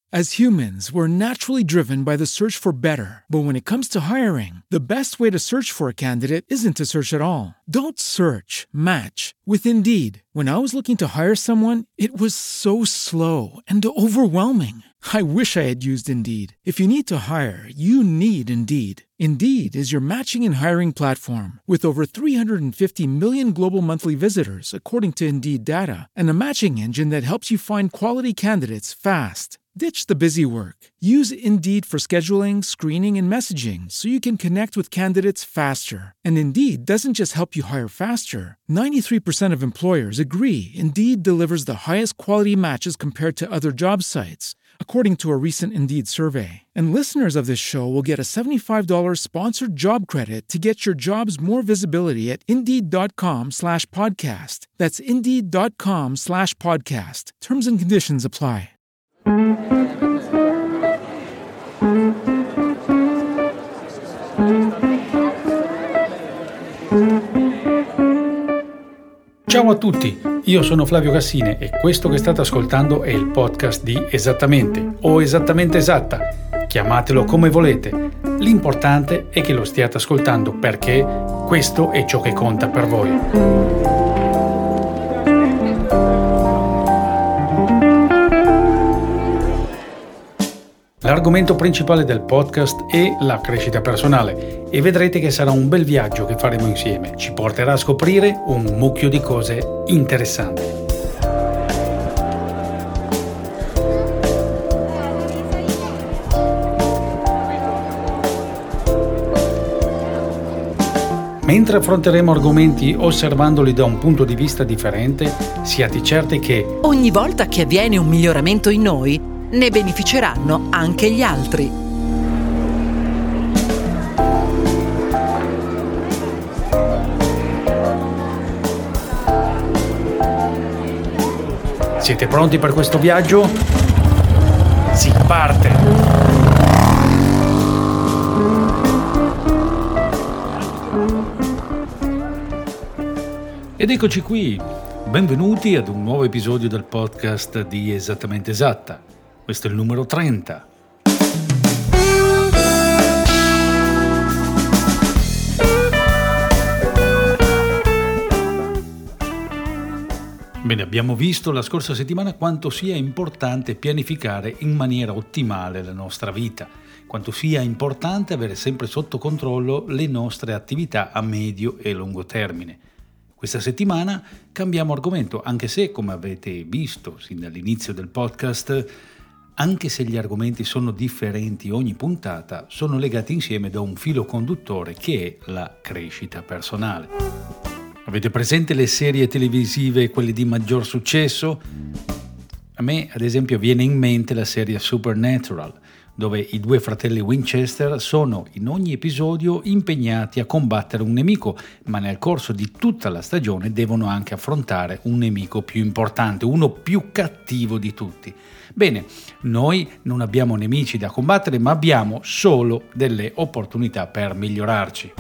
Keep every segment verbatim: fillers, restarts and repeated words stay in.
As humans, we're naturally driven by the search for better. But when it comes to hiring, the best way to search for a candidate isn't to search at all. Don't search, match with Indeed. When I was looking to hire someone, it was so slow and overwhelming. I wish I had used Indeed. If you need to hire, you need Indeed. Indeed is your matching and hiring platform with over three hundred fifty million global monthly visitors, according to Indeed data, and a matching engine that helps you find quality candidates fast. Ditch the busy work. Use Indeed for scheduling, screening, and messaging so you can connect with candidates faster. And Indeed doesn't just help you hire faster. ninety-three percent of employers agree Indeed delivers the highest quality matches compared to other job sites, according to a recent Indeed survey. And listeners of this show will get a seventy-five dollars sponsored job credit to get your jobs more visibility at Indeed.com slash podcast. That's Indeed.com slash podcast. Terms and conditions apply. Ciao a tutti, io sono Flavio Cassine e questo che state ascoltando è il podcast di Esattamente o Esattamente Esatta. Chiamatelo come volete. L'importante è che lo stiate ascoltando perché questo è ciò che conta per voi. L'argomento principale del podcast è la crescita personale e vedrete che sarà un bel viaggio che faremo insieme. Ci porterà a scoprire un mucchio di cose interessanti. Mentre affronteremo argomenti osservandoli da un punto di vista differente, siate certi che ogni volta che avviene un miglioramento in noi, ne beneficeranno anche gli altri. Siete pronti per questo viaggio? Si parte! Ed eccoci qui, benvenuti ad un nuovo episodio del podcast di Esattamente Esatta. Questo è il numero trenta. Bene, abbiamo visto la scorsa settimana quanto sia importante pianificare in maniera ottimale la nostra vita, quanto sia importante avere sempre sotto controllo le nostre attività a medio e lungo termine. Questa settimana cambiamo argomento, anche se, come avete visto sin dall'inizio del podcast, anche se gli argomenti sono differenti ogni puntata, sono legati insieme da un filo conduttore che è la crescita personale. Avete presente le serie televisive, quelle di maggior successo? A me, ad esempio, viene in mente la serie Supernatural, dove i due fratelli Winchester sono in ogni episodio impegnati a combattere un nemico, ma nel corso di tutta la stagione devono anche affrontare un nemico più importante, uno più cattivo di tutti. Bene, noi non abbiamo nemici da combattere, ma abbiamo solo delle opportunità per migliorarci.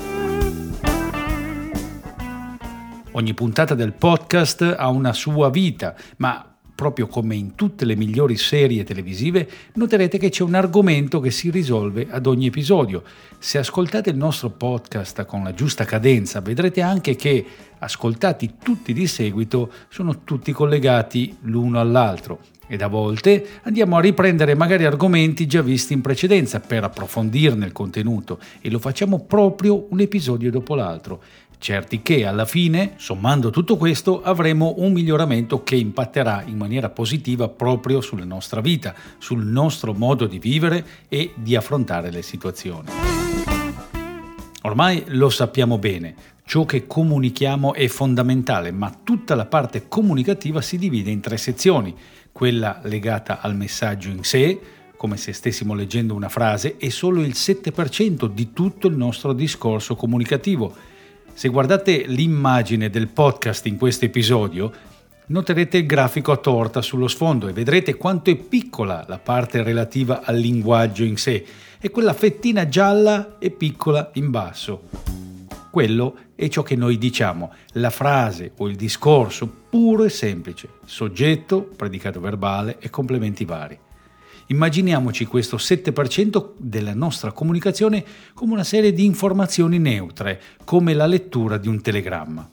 Ogni puntata del podcast ha una sua vita, ma proprio come in tutte le migliori serie televisive, noterete che c'è un argomento che si risolve ad ogni episodio. Se ascoltate il nostro podcast con la giusta cadenza, vedrete anche che, ascoltati tutti di seguito, sono tutti collegati l'uno all'altro. Ed a volte andiamo a riprendere magari argomenti già visti in precedenza per approfondirne il contenuto, e lo facciamo proprio un episodio dopo l'altro. Certi che alla fine, sommando tutto questo, avremo un miglioramento che impatterà in maniera positiva proprio sulla nostra vita, sul nostro modo di vivere e di affrontare le situazioni. Ormai lo sappiamo bene, ciò che comunichiamo è fondamentale, ma tutta la parte comunicativa si divide in tre sezioni: quella legata al messaggio in sé, come se stessimo leggendo una frase, è solo il sette per cento di tutto il nostro discorso comunicativo. Se guardate l'immagine del podcast in questo episodio, noterete il grafico a torta sullo sfondo e vedrete quanto è piccola la parte relativa al linguaggio in sé e quella fettina gialla è piccola in basso. Quello è ciò che noi diciamo, la frase o il discorso puro e semplice, soggetto, predicato verbale e complementi vari. Immaginiamoci questo sette per cento della nostra comunicazione come una serie di informazioni neutre, come la lettura di un telegramma.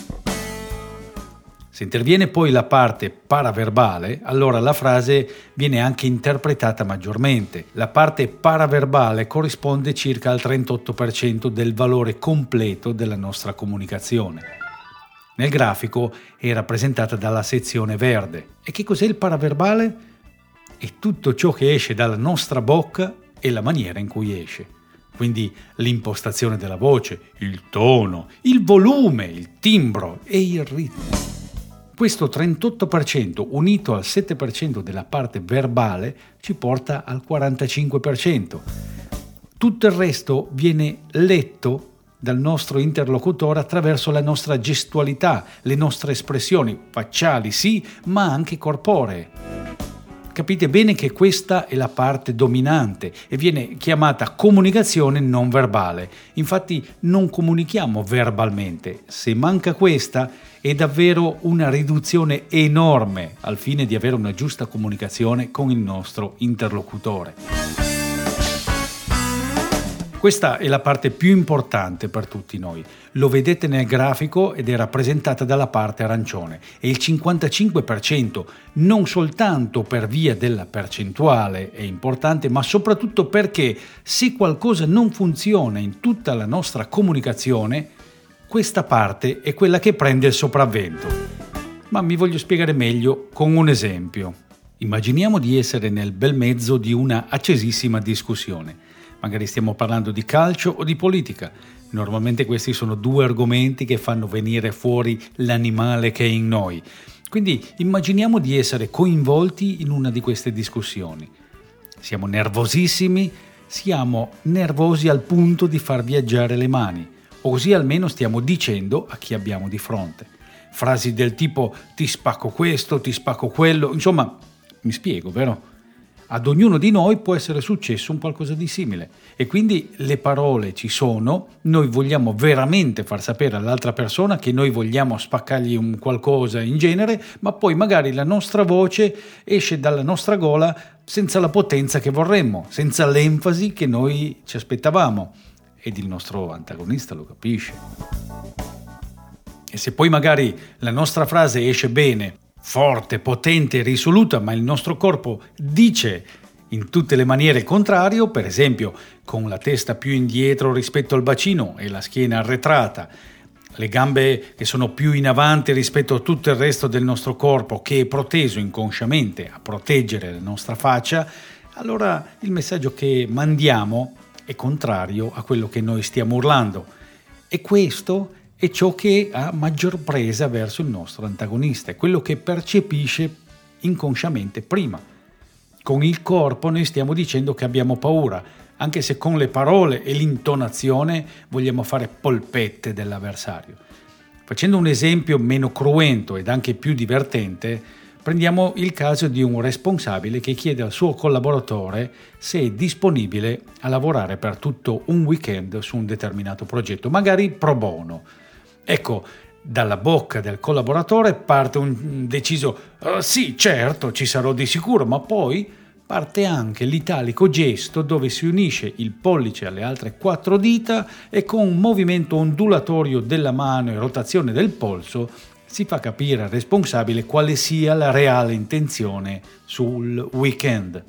Se interviene poi la parte paraverbale, allora la frase viene anche interpretata maggiormente. La parte paraverbale corrisponde circa al trentotto per cento del valore completo della nostra comunicazione. Nel grafico è rappresentata dalla sezione verde. E che cos'è il paraverbale? È tutto ciò che esce dalla nostra bocca e la maniera in cui esce. Quindi l'impostazione della voce, il tono, il volume, il timbro e il ritmo. Questo trentotto per cento unito al sette per cento della parte verbale ci porta al quarantacinque per cento. Tutto il resto viene letto dal nostro interlocutore attraverso la nostra gestualità, le nostre espressioni facciali, sì, ma anche corporee. Capite bene che questa è la parte dominante e viene chiamata comunicazione non verbale. Infatti non comunichiamo verbalmente. Se manca questa è davvero una riduzione enorme al fine di avere una giusta comunicazione con il nostro interlocutore. Questa è la parte più importante per tutti noi. Lo vedete nel grafico ed è rappresentata dalla parte arancione. E il cinquantacinque per cento non soltanto per via della percentuale è importante, ma soprattutto perché se qualcosa non funziona in tutta la nostra comunicazione, questa parte è quella che prende il sopravvento. Ma mi voglio spiegare meglio con un esempio. Immaginiamo di essere nel bel mezzo di una accesissima discussione. Magari stiamo parlando di calcio o di politica. Normalmente questi sono due argomenti che fanno venire fuori l'animale che è in noi. Quindi immaginiamo di essere coinvolti in una di queste discussioni. Siamo nervosissimi, siamo nervosi al punto di far viaggiare le mani, o così almeno stiamo dicendo a chi abbiamo di fronte. Frasi del tipo ti spacco questo, ti spacco quello, insomma, mi spiego, vero? Ad ognuno di noi può essere successo un qualcosa di simile e quindi le parole ci sono, noi vogliamo veramente far sapere all'altra persona che noi vogliamo spaccargli un qualcosa in genere, ma poi magari la nostra voce esce dalla nostra gola senza la potenza che vorremmo, senza l'enfasi che noi ci aspettavamo ed il nostro antagonista lo capisce. E se poi magari la nostra frase esce bene, forte, potente, risoluta, ma il nostro corpo dice in tutte le maniere il contrario, per esempio con la testa più indietro rispetto al bacino e la schiena arretrata, le gambe che sono più in avanti rispetto a tutto il resto del nostro corpo che è proteso inconsciamente a proteggere la nostra faccia, allora il messaggio che mandiamo è contrario a quello che noi stiamo urlando. E questo è ciò che ha maggior presa verso il nostro antagonista, è quello che percepisce inconsciamente prima. Con il corpo noi stiamo dicendo che abbiamo paura, anche se con le parole e l'intonazione vogliamo fare polpette dell'avversario. Facendo un esempio meno cruento ed anche più divertente, prendiamo il caso di un responsabile che chiede al suo collaboratore se è disponibile a lavorare per tutto un weekend su un determinato progetto, magari pro bono. Ecco, dalla bocca del collaboratore parte un deciso uh, sì, certo, ci sarò di sicuro, ma poi parte anche l'italico gesto dove si unisce il pollice alle altre quattro dita e con un movimento ondulatorio della mano e rotazione del polso si fa capire al responsabile quale sia la reale intenzione sul weekend.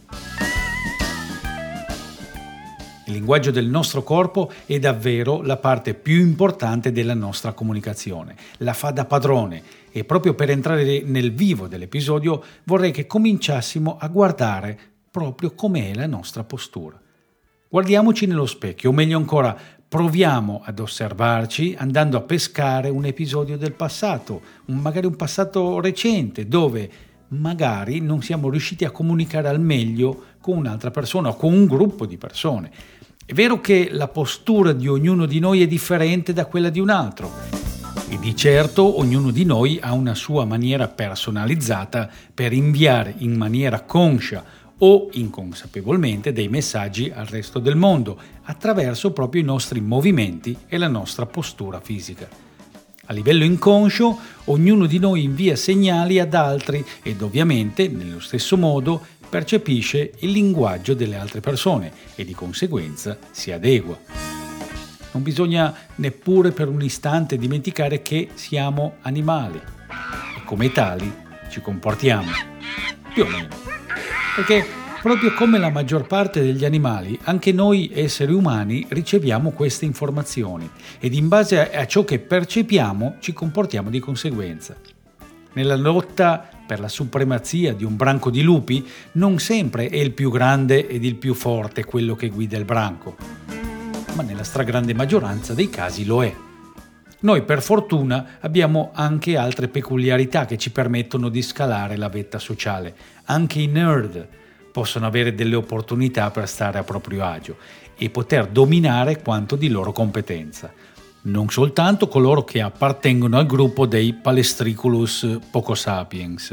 Il linguaggio del nostro corpo è davvero la parte più importante della nostra comunicazione. La fa da padrone e proprio per entrare nel vivo dell'episodio vorrei che cominciassimo a guardare proprio com'è la nostra postura. Guardiamoci nello specchio, o meglio ancora, proviamo ad osservarci andando a pescare un episodio del passato, un, magari un passato recente, dove magari non siamo riusciti a comunicare al meglio con un'altra persona o con un gruppo di persone. È vero che la postura di ognuno di noi è differente da quella di un altro e di certo ognuno di noi ha una sua maniera personalizzata per inviare in maniera conscia o inconsapevolmente dei messaggi al resto del mondo attraverso proprio i nostri movimenti e la nostra postura fisica. A livello inconscio, ognuno di noi invia segnali ad altri ed ovviamente, nello stesso modo, percepisce il linguaggio delle altre persone e di conseguenza si adegua. Non bisogna neppure per un istante dimenticare che siamo animali e come tali ci comportiamo, più o meno. Perché proprio come la maggior parte degli animali, anche noi esseri umani riceviamo queste informazioni ed in base a ciò che percepiamo ci comportiamo di conseguenza. Nella lotta per la supremazia di un branco di lupi non sempre è il più grande ed il più forte quello che guida il branco, ma nella stragrande maggioranza dei casi lo è. Noi per fortuna abbiamo anche altre peculiarità che ci permettono di scalare la vetta sociale. Anche i nerd possono avere delle opportunità per stare a proprio agio e poter dominare quanto di loro competenza. Non soltanto coloro che appartengono al gruppo dei Palestriculus poco sapiens.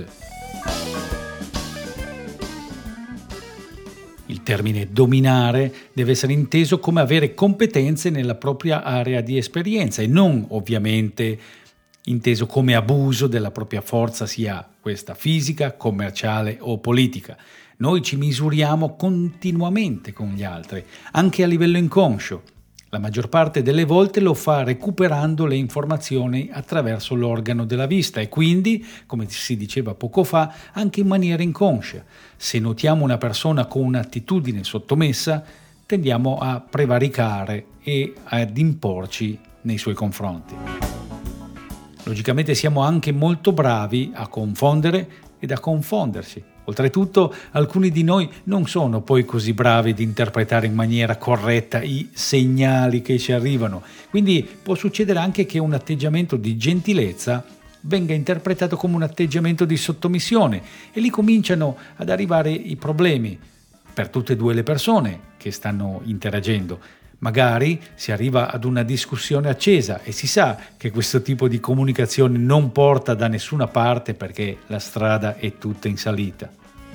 Il termine dominare deve essere inteso come avere competenze nella propria area di esperienza e non ovviamente inteso come abuso della propria forza, sia questa fisica, commerciale o politica. Noi ci misuriamo continuamente con gli altri, anche a livello inconscio. La maggior parte delle volte lo fa recuperando le informazioni attraverso l'organo della vista e quindi, come si diceva poco fa, anche in maniera inconscia. Se notiamo una persona con un'attitudine sottomessa, tendiamo a prevaricare e ad imporci nei suoi confronti. Logicamente siamo anche molto bravi a confondere ed a confondersi. Oltretutto, alcuni di noi non sono poi così bravi di interpretare in maniera corretta i segnali che ci arrivano. Quindi può succedere anche che un atteggiamento di gentilezza venga interpretato come un atteggiamento di sottomissione e lì cominciano ad arrivare i problemi per tutte e due le persone che stanno interagendo. Magari si arriva ad una discussione accesa e si sa che questo tipo di comunicazione non porta da nessuna parte perché la strada è tutta in salita.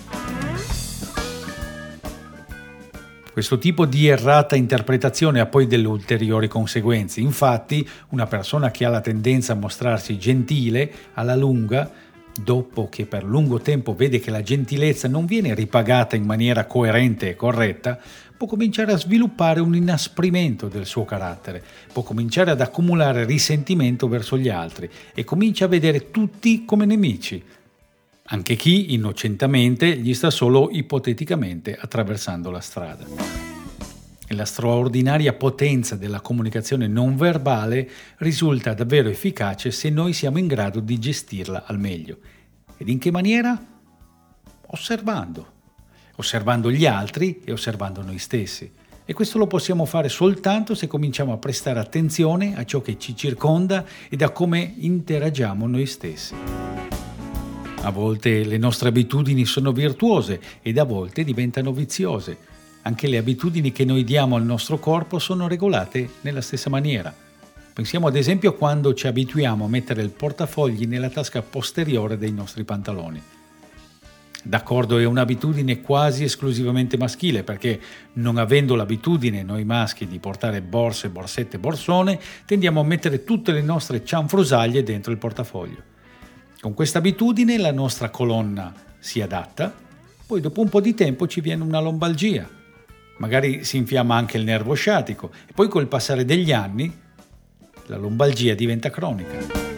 Questo tipo di errata interpretazione ha poi delle ulteriori conseguenze. Infatti, una persona che ha la tendenza a mostrarsi gentile, alla lunga, dopo che per lungo tempo vede che la gentilezza non viene ripagata in maniera coerente e corretta, può cominciare a sviluppare un inasprimento del suo carattere, può cominciare ad accumulare risentimento verso gli altri e comincia a vedere tutti come nemici, anche chi innocentemente gli sta solo ipoteticamente attraversando la strada. E la straordinaria potenza della comunicazione non verbale risulta davvero efficace se noi siamo in grado di gestirla al meglio. Ed in che maniera? Osservando. Osservando gli altri e osservando noi stessi. E questo lo possiamo fare soltanto se cominciamo a prestare attenzione a ciò che ci circonda e a come interagiamo noi stessi. A volte le nostre abitudini sono virtuose ed a volte diventano viziose. Anche le abitudini che noi diamo al nostro corpo sono regolate nella stessa maniera. Pensiamo ad esempio a quando ci abituiamo a mettere il portafogli nella tasca posteriore dei nostri pantaloni. D'accordo, è un'abitudine quasi esclusivamente maschile perché non avendo l'abitudine noi maschi di portare borse, borsette, borsone, tendiamo a mettere tutte le nostre cianfrusaglie dentro il portafoglio. Con questa abitudine la nostra colonna si adatta, poi dopo un po' di tempo ci viene una lombalgia, magari si infiamma anche il nervo sciatico e poi col passare degli anni la lombalgia diventa cronica.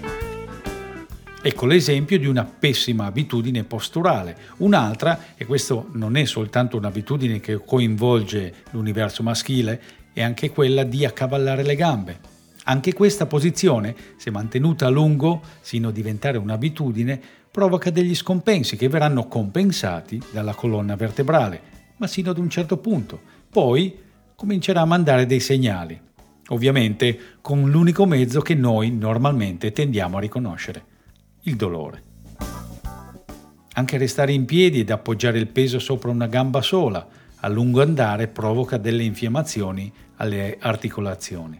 Ecco l'esempio di una pessima abitudine posturale. Un'altra, e questo non è soltanto un'abitudine che coinvolge l'universo maschile, è anche quella di accavallare le gambe. Anche questa posizione, se mantenuta a lungo, sino a diventare un'abitudine, provoca degli scompensi che verranno compensati dalla colonna vertebrale, ma sino ad un certo punto. Poi comincerà a mandare dei segnali, ovviamente con l'unico mezzo che noi normalmente tendiamo a riconoscere: il dolore. Anche restare in piedi ed appoggiare il peso sopra una gamba sola, a lungo andare provoca delle infiammazioni alle articolazioni.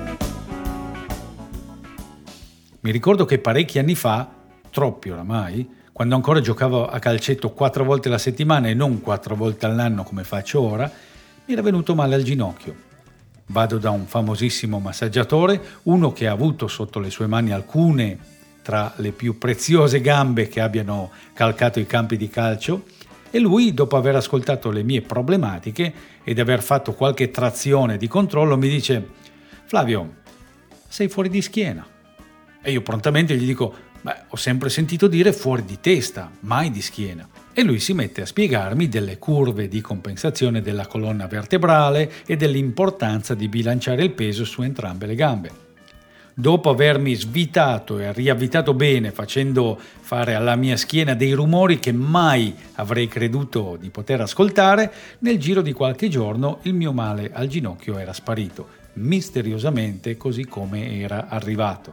Mi ricordo che parecchi anni fa, troppi oramai, quando ancora giocavo a calcetto quattro volte alla settimana e non quattro volte all'anno come faccio ora, mi era venuto male al ginocchio. Vado da un famosissimo massaggiatore, uno che ha avuto sotto le sue mani alcune tra le più preziose gambe che abbiano calcato i campi di calcio, E lui, dopo aver ascoltato le mie problematiche ed aver fatto qualche trazione di controllo, mi dice: Flavio, sei fuori di schiena. E io prontamente gli dico: beh, ho sempre sentito dire fuori di testa, mai di schiena. E lui si mette a spiegarmi delle curve di compensazione della colonna vertebrale e dell'importanza di bilanciare il peso su entrambe le gambe. Dopo avermi svitato e riavvitato bene, facendo fare alla mia schiena dei rumori che mai avrei creduto di poter ascoltare, nel giro di qualche giorno il mio male al ginocchio era sparito, misteriosamente, così come era arrivato.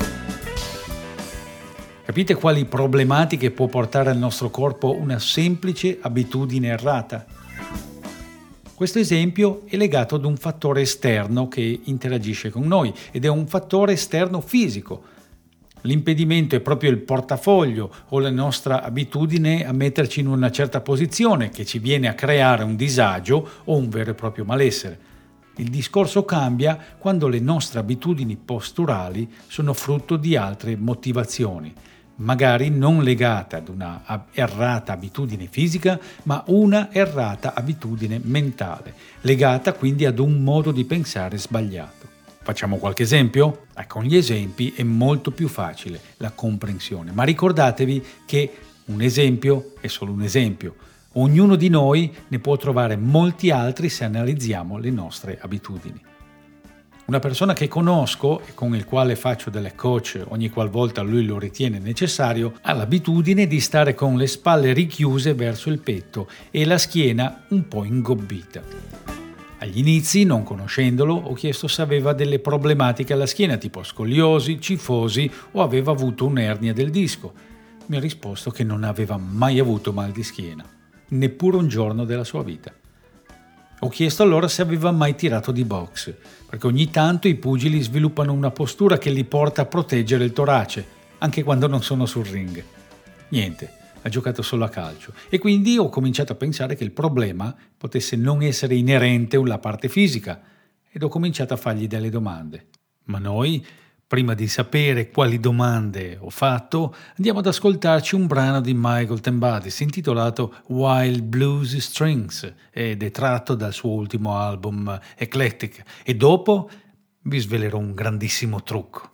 Capite quali problematiche può portare al nostro corpo una semplice abitudine errata? Questo esempio è legato ad un fattore esterno che interagisce con noi ed è un fattore esterno fisico. L'impedimento è proprio il portafoglio o la nostra abitudine a metterci in una certa posizione che ci viene a creare un disagio o un vero e proprio malessere. Il discorso cambia quando le nostre abitudini posturali sono frutto di altre motivazioni, magari non legate ad una errata abitudine fisica, ma una errata abitudine mentale, legata quindi ad un modo di pensare sbagliato. Facciamo qualche esempio? Eh, con gli esempi è molto più facile la comprensione, ma ricordatevi che un esempio è solo un esempio. Ognuno di noi ne può trovare molti altri se analizziamo le nostre abitudini. Una persona che conosco e con il quale faccio delle coach ogni qualvolta lui lo ritiene necessario ha l'abitudine di stare con le spalle richiuse verso il petto e la schiena un po' ingobbita. Agli inizi, non conoscendolo, ho chiesto se aveva delle problematiche alla schiena tipo scoliosi, cifosi o aveva avuto un'ernia del disco. Mi ha risposto che non aveva mai avuto mal di schiena, neppure un giorno della sua vita. Ho chiesto allora se aveva mai tirato di box, perché ogni tanto i pugili sviluppano una postura che li porta a proteggere il torace, anche quando non sono sul ring. Niente, ha giocato solo a calcio e quindi ho cominciato a pensare che il problema potesse non essere inerente alla parte fisica ed ho cominciato a fargli delle domande. Ma noi, prima di sapere quali domande ho fatto, andiamo ad ascoltarci un brano di Michael Tembadis intitolato Wild Blues Strings ed è tratto dal suo ultimo album Eclectic e dopo vi svelerò un grandissimo trucco.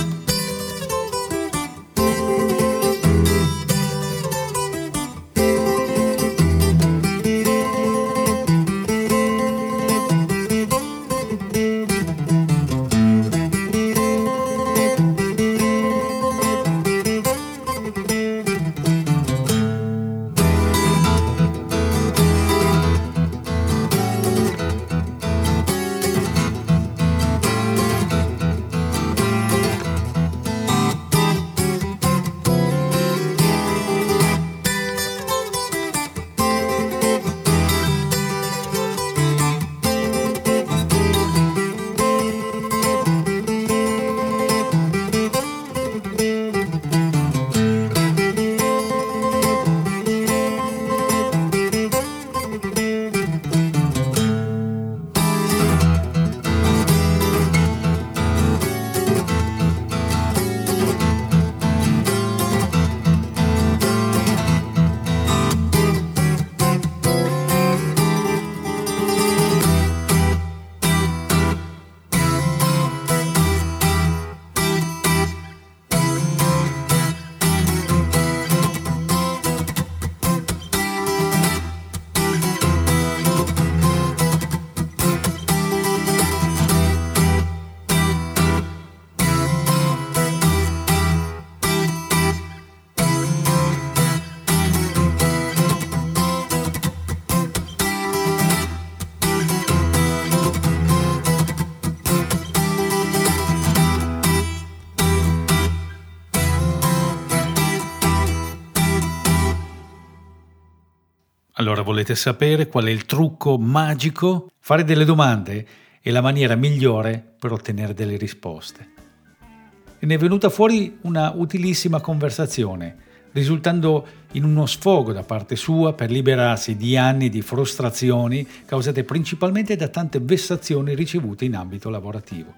Allora, volete sapere qual è il trucco magico? Fare delle domande è la maniera migliore per ottenere delle risposte. E ne è venuta fuori una utilissima conversazione, risultando in uno sfogo da parte sua per liberarsi di anni di frustrazioni causate principalmente da tante vessazioni ricevute in ambito lavorativo.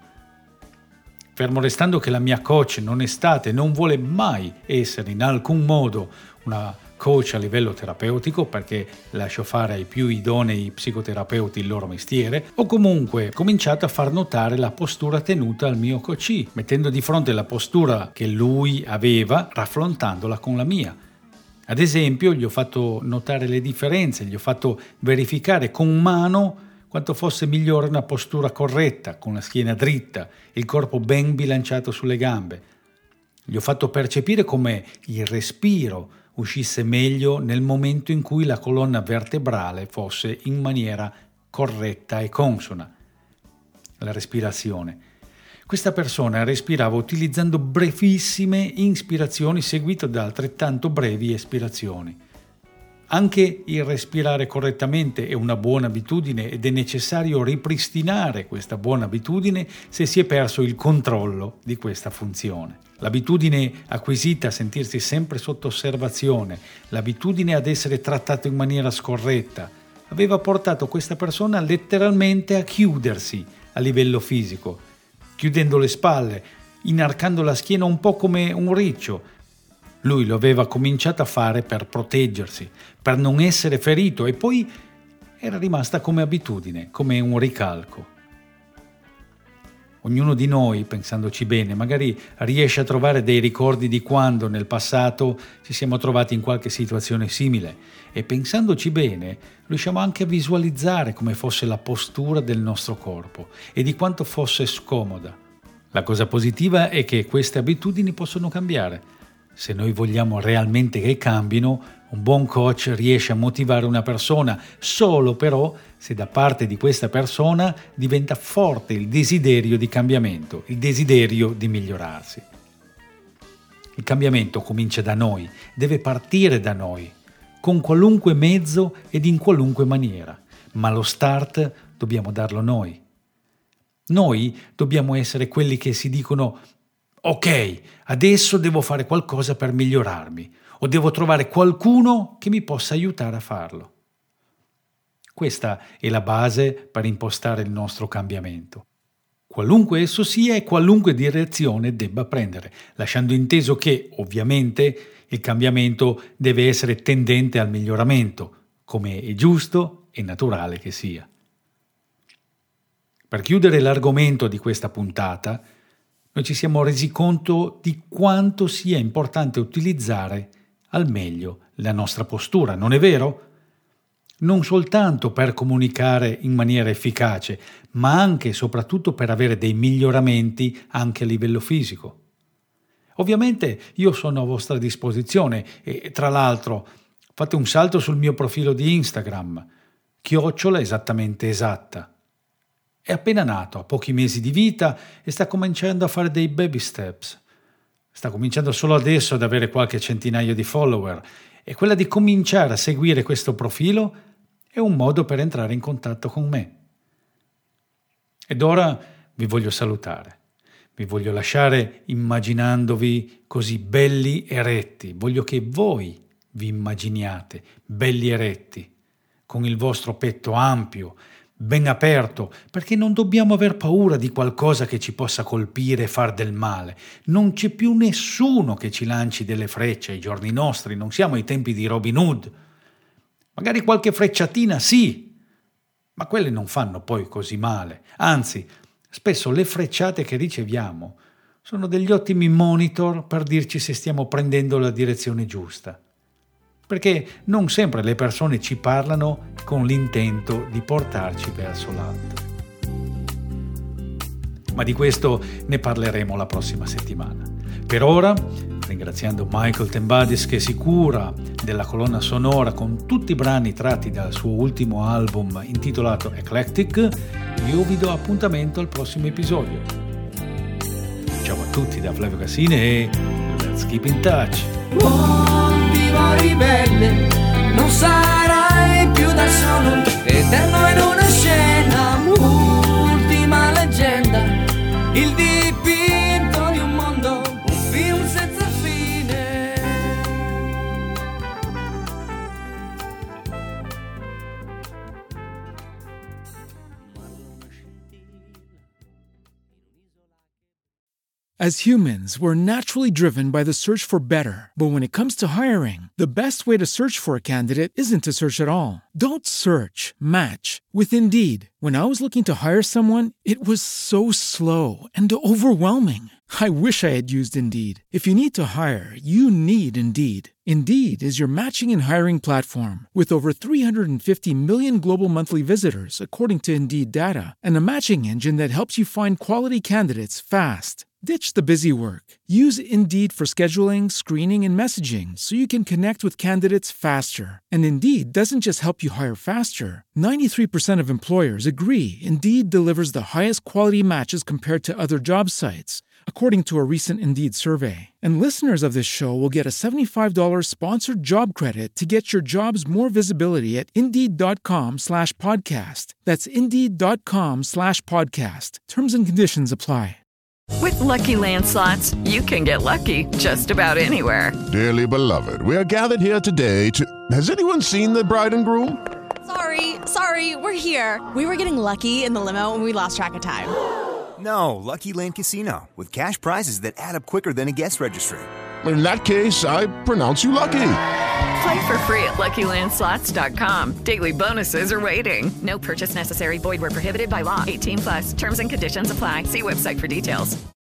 Fermo restando che la mia coach non è stata e non vuole mai essere in alcun modo una coach a livello terapeutico, perché lascio fare ai più idonei psicoterapeuti il loro mestiere, ho comunque cominciato a far notare la postura tenuta al mio coach, mettendo di fronte la postura che lui aveva, raffrontandola con la mia. Ad esempio, gli ho fatto notare le differenze, gli ho fatto verificare con mano quanto fosse migliore una postura corretta, con la schiena dritta, il corpo ben bilanciato sulle gambe. Gli ho fatto percepire come il respiro uscisse meglio nel momento in cui la colonna vertebrale fosse in maniera corretta e consona. La respirazione. Questa persona respirava utilizzando brevissime ispirazioni seguite da altrettanto brevi espirazioni. Anche il respirare correttamente è una buona abitudine ed è necessario ripristinare questa buona abitudine se si è perso il controllo di questa funzione. L'abitudine acquisita a sentirsi sempre sotto osservazione, l'abitudine ad essere trattato in maniera scorretta, aveva portato questa persona letteralmente a chiudersi a livello fisico, chiudendo le spalle, inarcando la schiena un po' come un riccio. Lui lo aveva cominciato a fare per proteggersi, per non essere ferito, e poi era rimasta come abitudine, come un ricalco. Ognuno di noi, pensandoci bene, magari riesce a trovare dei ricordi di quando nel passato ci siamo trovati in qualche situazione simile, e pensandoci bene riusciamo anche a visualizzare come fosse la postura del nostro corpo e di quanto fosse scomoda. La cosa positiva è che queste abitudini possono cambiare. Se noi vogliamo realmente che cambino, un buon coach riesce a motivare una persona, solo però se da parte di questa persona diventa forte il desiderio di cambiamento, il desiderio di migliorarsi. Il cambiamento comincia da noi, deve partire da noi, con qualunque mezzo ed in qualunque maniera, ma lo start dobbiamo darlo noi. Noi dobbiamo essere quelli che si dicono: ok, adesso devo fare qualcosa per migliorarmi, o devo trovare qualcuno che mi possa aiutare a farlo. Questa è la base per impostare il nostro cambiamento, qualunque esso sia e qualunque direzione debba prendere, lasciando inteso che, ovviamente, il cambiamento deve essere tendente al miglioramento, come è giusto e naturale che sia. Per chiudere l'argomento di questa puntata, noi ci siamo resi conto di quanto sia importante utilizzare al meglio la nostra postura, non è vero? Non soltanto per comunicare in maniera efficace, ma anche e soprattutto per avere dei miglioramenti anche a livello fisico. Ovviamente io sono a vostra disposizione e, tra l'altro, fate un salto sul mio profilo di Instagram, chiocciola esattamente esatta. È appena nato, ha pochi mesi di vita e sta cominciando a fare dei baby steps. Sta cominciando solo adesso ad avere qualche centinaio di follower, e quella di cominciare a seguire questo profilo è un modo per entrare in contatto con me. Ed ora vi voglio salutare. Vi voglio lasciare immaginandovi così belli e retti. Voglio che voi vi immaginiate belli e retti, con il vostro petto ampio, ben aperto, perché non dobbiamo aver paura di qualcosa che ci possa colpire e far del male. Non c'è più nessuno che ci lanci delle frecce ai giorni nostri, non siamo ai tempi di Robin Hood. Magari qualche frecciatina sì, ma quelle non fanno poi così male. Anzi, spesso le frecciate che riceviamo sono degli ottimi monitor per dirci se stiamo prendendo la direzione giusta. Perché non sempre le persone ci parlano con l'intento di portarci verso l'alto. Ma di questo ne parleremo la prossima settimana. Per ora, ringraziando Michael Tembadis che si cura della colonna sonora con tutti i brani tratti dal suo ultimo album intitolato Eclectic, io vi do appuntamento al prossimo episodio. Ciao a tutti da Flavio Cassine e let's keep in touch! Buon vivo ribelle, non sarai più da solo, eterno in una scena, ultima leggenda, il dipinto di un mondo, un film senza fine. As humans, we're naturally driven by the search for better. But when it comes to hiring, the best way to search for a candidate isn't to search at all. Don't search, match with Indeed. When I was looking to hire someone, it was so slow and overwhelming. I wish I had used Indeed. If you need to hire, you need Indeed. Indeed is your matching and hiring platform with over three hundred fifty million global monthly visitors, according to Indeed data, and a matching engine that helps you find quality candidates fast. Ditch the busy work. Use Indeed for scheduling, screening, and messaging so you can connect with candidates faster. And Indeed doesn't just help you hire faster. ninety-three percent of employers agree Indeed delivers the highest quality matches compared to other job sites, according to a recent Indeed survey. And listeners of this show will get a seventy-five dollars sponsored job credit to get your jobs more visibility at Indeed.com slash podcast. That's Indeed.com slash podcast. Terms and conditions apply. With Lucky Land Slots, you can get lucky just about anywhere. Dearly beloved, we are gathered here today to... Has anyone seen the bride and groom? Sorry, sorry, we're here. We were getting lucky in the limo and we lost track of time. No, Lucky Land Casino, with cash prizes that add up quicker than a guest registry. In that case, I pronounce you lucky. Play for free at Lucky Land Slots dot com. Daily bonuses are waiting. No purchase necessary. Void where prohibited by law. eighteen plus. Terms and conditions apply. See website for details.